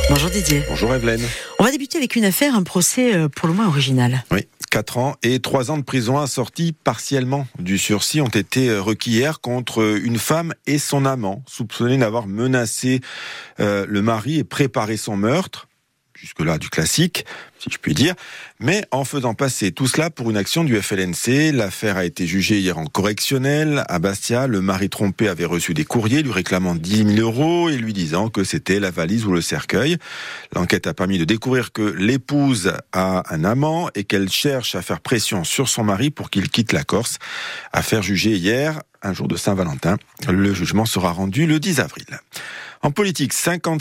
Bonjour Didier. Bonjour Evelyne. On va débuter avec une affaire, un procès pour le moins original. Oui, 4 ans et 3 ans de prison assortis partiellement du sursis ont été requis hier contre une femme et son amant, soupçonnés d'avoir menacé le mari et préparé son meurtre. Jusque-là, du classique, si je puis dire, mais en faisant passer tout cela pour une action du FLNC. L'affaire a été jugée hier en correctionnel à Bastia. Le mari trompé avait reçu des courriers lui réclamant 10 000 € et lui disant que c'était la valise ou le cercueil. L'enquête a permis de découvrir que l'épouse a un amant et qu'elle cherche à faire pression sur son mari pour qu'il quitte la Corse. Affaire jugée hier, un jour de Saint-Valentin. Le jugement sera rendu le 10 avril. En politique,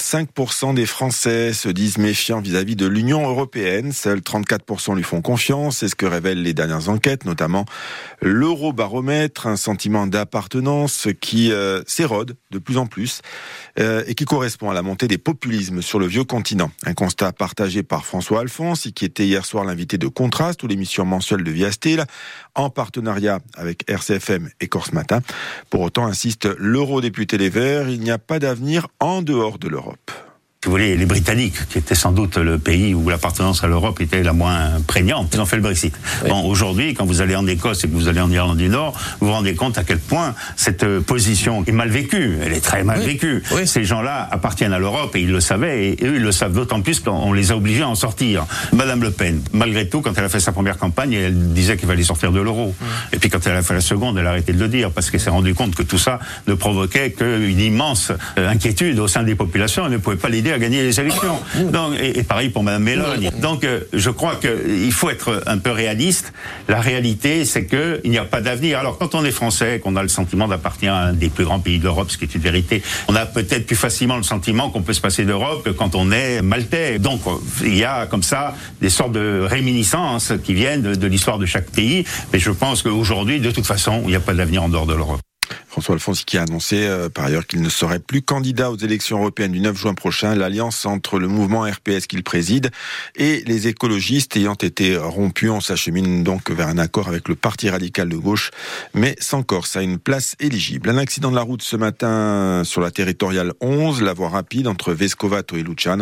55% des Français se disent méfiants vis-à-vis de l'Union européenne. Seuls 34% lui font confiance. C'est ce que révèlent les dernières enquêtes, notamment l'Eurobaromètre, un sentiment d'appartenance qui s'érode de plus en plus et qui correspond à la montée des populismes sur le vieux continent. Un constat partagé par François Alphonse, qui était hier soir l'invité de Contraste ou l'émission mensuelle de Via Steel, en partenariat avec RCFM et Corse Matin. Pour autant, insiste l'eurodéputé Les Verts, il n'y a pas d'avenir en dehors de l'Europe. Si vous voulez, les Britanniques, qui étaient sans doute le pays où l'appartenance à l'Europe était la moins prégnante, ils ont fait le Brexit. Oui. Bon, aujourd'hui, quand vous allez en Écosse et que vous allez en Irlande du Nord, vous vous rendez compte à quel point cette position est mal vécue. Elle est très mal vécue. Oui. Ces gens-là appartiennent à l'Europe et ils le savaient, et eux, ils le savent d'autant plus qu'on les a obligés à en sortir. Madame Le Pen, malgré tout, quand elle a fait sa première campagne, elle disait qu'il fallait sortir de l'euro. Et puis quand elle a fait la seconde, elle a arrêté de le dire, parce qu'elle s'est rendue compte que tout ça ne provoquait qu'une immense inquiétude au sein des populations. Elle ne pouvait pas l'aider à gagner les élections. Donc, et pareil pour Madame Mélogne. Donc, je crois qu'il faut être un peu réaliste. La réalité, c'est qu'il n'y a pas d'avenir. Alors, quand on est français, qu'on a le sentiment d'appartenir à un des plus grands pays d'Europe, ce qui est une vérité, on a peut-être plus facilement le sentiment qu'on peut se passer d'Europe que quand on est maltais. Donc, il y a comme ça des sortes de réminiscences qui viennent de l'histoire de chaque pays. Mais je pense qu'aujourd'hui, de toute façon, il n'y a pas d'avenir en dehors de l'Europe. François Alphonse qui a annoncé par ailleurs qu'il ne serait plus candidat aux élections européennes du 9 juin prochain. L'alliance entre le mouvement RPS qu'il préside et les écologistes ayant été rompus, on s'achemine donc vers un accord avec le Parti radical de gauche, mais sans Corse à une place éligible. Un accident de la route ce matin sur la territoriale 11, la voie rapide entre Vescovato et Luciane.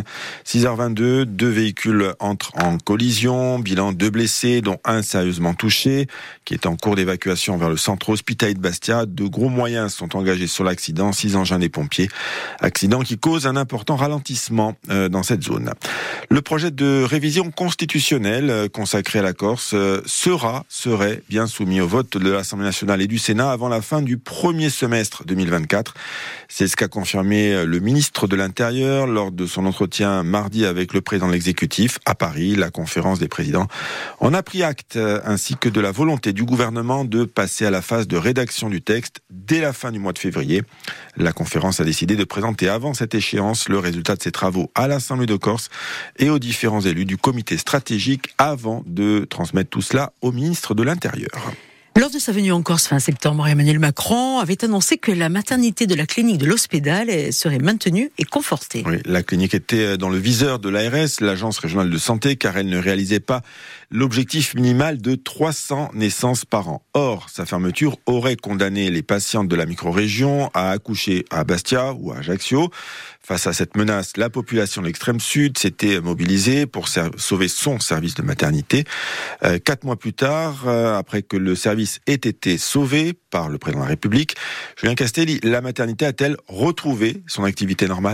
6h22, 2 véhicules entrent en collision, bilan 2 blessés, dont un sérieusement touché, qui est en cours d'évacuation vers le centre hospitalier de Bastia. De gros moyens sont engagés sur l'accident, 6 engins des pompiers. Accident qui cause un important ralentissement dans cette zone. Le projet de révision constitutionnelle consacré à la Corse serait bien soumis au vote de l'Assemblée nationale et du Sénat avant la fin du premier semestre 2024. C'est ce qu'a confirmé le ministre de l'Intérieur lors de son entretien mardi avec le président de l'exécutif à Paris. La conférence des présidents en a pris acte, ainsi que de la volonté du gouvernement de passer à la phase de rédaction du texte dès la fin du mois de février. La conférence a décidé de présenter avant cette échéance le résultat de ses travaux à l'Assemblée de Corse et aux différents élus du comité stratégique avant de transmettre tout cela au ministre de l'Intérieur. Lors de sa venue en Corse fin septembre, Emmanuel Macron avait annoncé que la maternité de la clinique de l'Hospédale serait maintenue et confortée. Oui, la clinique était dans le viseur de l'ARS, l'agence régionale de santé, car elle ne réalisait pas l'objectif minimal de 300 naissances par an. Or, sa fermeture aurait condamné les patientes de la micro-région à accoucher à Bastia ou à Ajaccio. Face à cette menace, la population de l'extrême sud s'était mobilisée pour sauver son service de maternité. 4 mois plus tard, après que le service ait été sauvé par le président de la République, Julien Castelli, la maternité a-t-elle retrouvé son activité normale ?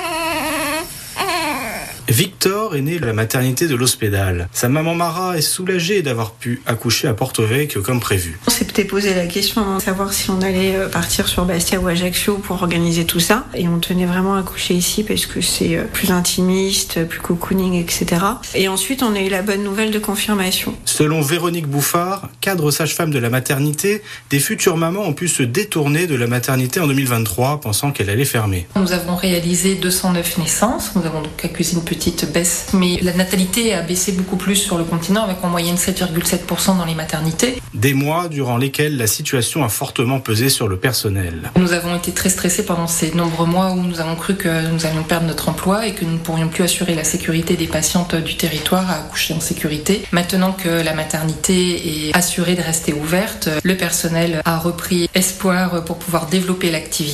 Victor est né de la maternité de l'Hospédale. Sa maman Mara est soulagée d'avoir pu accoucher à Porto Vecchio comme prévu. On s'était posé la question de savoir si on allait partir sur Bastia ou Ajaccio pour organiser tout ça. Et on tenait vraiment à accoucher ici parce que c'est plus intimiste, plus cocooning, etc. Et ensuite, on a eu la bonne nouvelle de confirmation. Selon Véronique Bouffard, cadre sage-femme de la maternité, des futures mamans ont pu se détourner de la maternité en 2023, pensant qu'elle allait fermer. Nous avons réalisé 209 naissances. Nous avons donc accusé une petite baisse. Mais la natalité a baissé beaucoup plus sur le continent, avec en moyenne 7,7% dans les maternités. Des mois durant lesquels la situation a fortement pesé sur le personnel. Nous avons été très stressés pendant ces nombreux mois où nous avons cru que nous allions perdre notre emploi et que nous ne pourrions plus assurer la sécurité des patientes du territoire à accoucher en sécurité. Maintenant que la maternité est assurée de rester ouverte, le personnel a repris espoir pour pouvoir développer l'activité.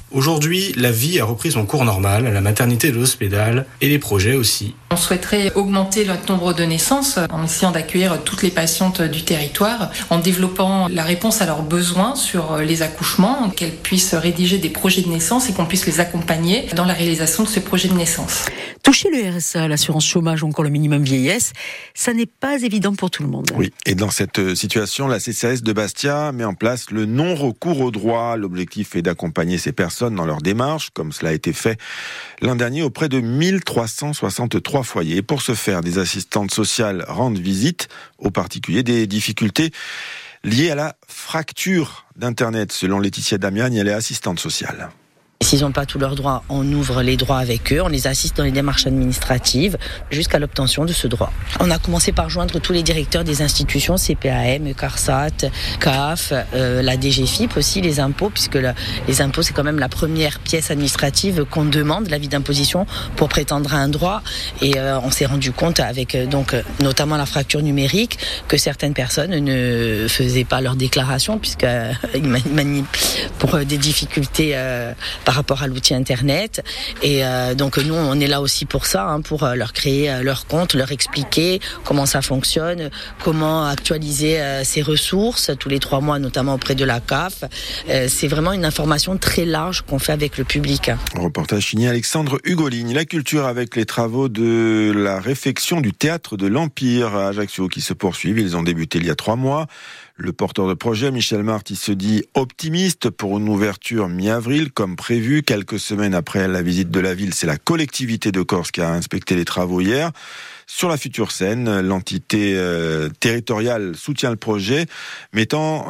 Aujourd'hui, la vie a repris son cours normal à la maternité de l'Hospédale et les projets aussi. On souhaiterait augmenter le nombre de naissances en essayant d'accueillir toutes les patientes du territoire, en développant la réponse à leurs besoins sur les accouchements, qu'elles puissent rédiger des projets de naissance et qu'on puisse les accompagner dans la réalisation de ces projets de naissance. Toucher le RSA, l'assurance chômage ou encore le minimum vieillesse, ça n'est pas évident pour tout le monde. Oui, et dans cette situation, la CCAS de Bastia met en place le non-recours au droit. L'objectif est d'accompagner ces personnes dans leur démarche, comme cela a été fait l'an dernier auprès de 1363 foyers. Pour ce faire, des assistantes sociales rendent visite aux particuliers des difficultés liées à la fracture d'Internet. Selon Laetitia Damiani, elle est assistante sociale. S'ils n'ont pas tous leurs droits, on ouvre les droits avec eux, on les assiste dans les démarches administratives jusqu'à l'obtention de ce droit. On a commencé par joindre tous les directeurs des institutions, CPAM, CARSAT, CAF, la DGFIP aussi, les impôts, puisque les impôts c'est quand même la première pièce administrative qu'on demande, l'avis d'imposition, pour prétendre à un droit. Et on s'est rendu compte avec donc notamment la fracture numérique que certaines personnes ne faisaient pas leur déclaration puisqu'ils manient pour des difficultés par rapport à l'outil Internet. Et donc nous, on est là aussi pour ça, pour leur créer leur compte, leur expliquer comment ça fonctionne, comment actualiser ses ressources tous les 3 mois, notamment auprès de la CAF. C'est vraiment une information très large qu'on fait avec le public. Reportage signé Alexandre Hugoligne. La culture avec les travaux de la réfection du théâtre de l'Empire à Ajaccio qui se poursuivent. Ils ont débuté il y a 3 mois. Le porteur de projet, Michel Marty, se dit optimiste pour une ouverture mi-avril, comme prévu. Quelques semaines après la visite de la ville, c'est la collectivité de Corse qui a inspecté les travaux hier. Sur la future scène, l'entité territoriale soutient le projet, mettant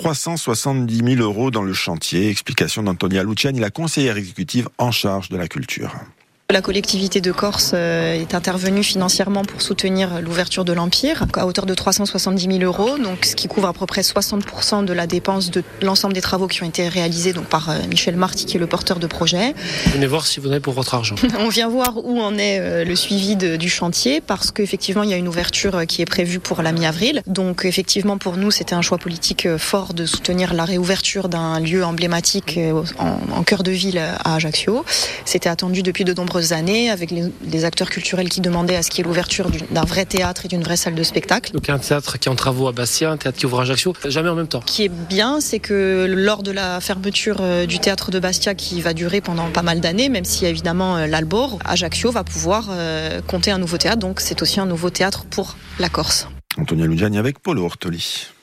370 000 € dans le chantier. Explication d'Antonia Luciani, la conseillère exécutive en charge de la culture. La collectivité de Corse est intervenue financièrement pour soutenir l'ouverture de l'Empire à hauteur de 370 000 €, donc ce qui couvre à peu près 60% de la dépense de l'ensemble des travaux qui ont été réalisés donc par Michel Marty qui est le porteur de projet. Venez voir si vous en avez pour votre argent. On vient voir où en est le suivi du chantier parce qu'effectivement il y a une ouverture qui est prévue pour la mi-avril. Donc effectivement pour nous c'était un choix politique fort de soutenir la réouverture d'un lieu emblématique en cœur de ville à Ajaccio. C'était attendu depuis de nombreuses années avec les acteurs culturels qui demandaient à ce qu'il y ait l'ouverture d'un vrai théâtre et d'une vraie salle de spectacle. Donc un théâtre qui est en travaux à Bastia, un théâtre qui ouvre à Ajaccio, jamais en même temps. Ce qui est bien, c'est que lors de la fermeture du théâtre de Bastia qui va durer pendant pas mal d'années, même si évidemment l'Albor, Ajaccio va pouvoir compter un nouveau théâtre, donc c'est aussi un nouveau théâtre pour la Corse. Antonia Luciani avec Paulo Ortoli.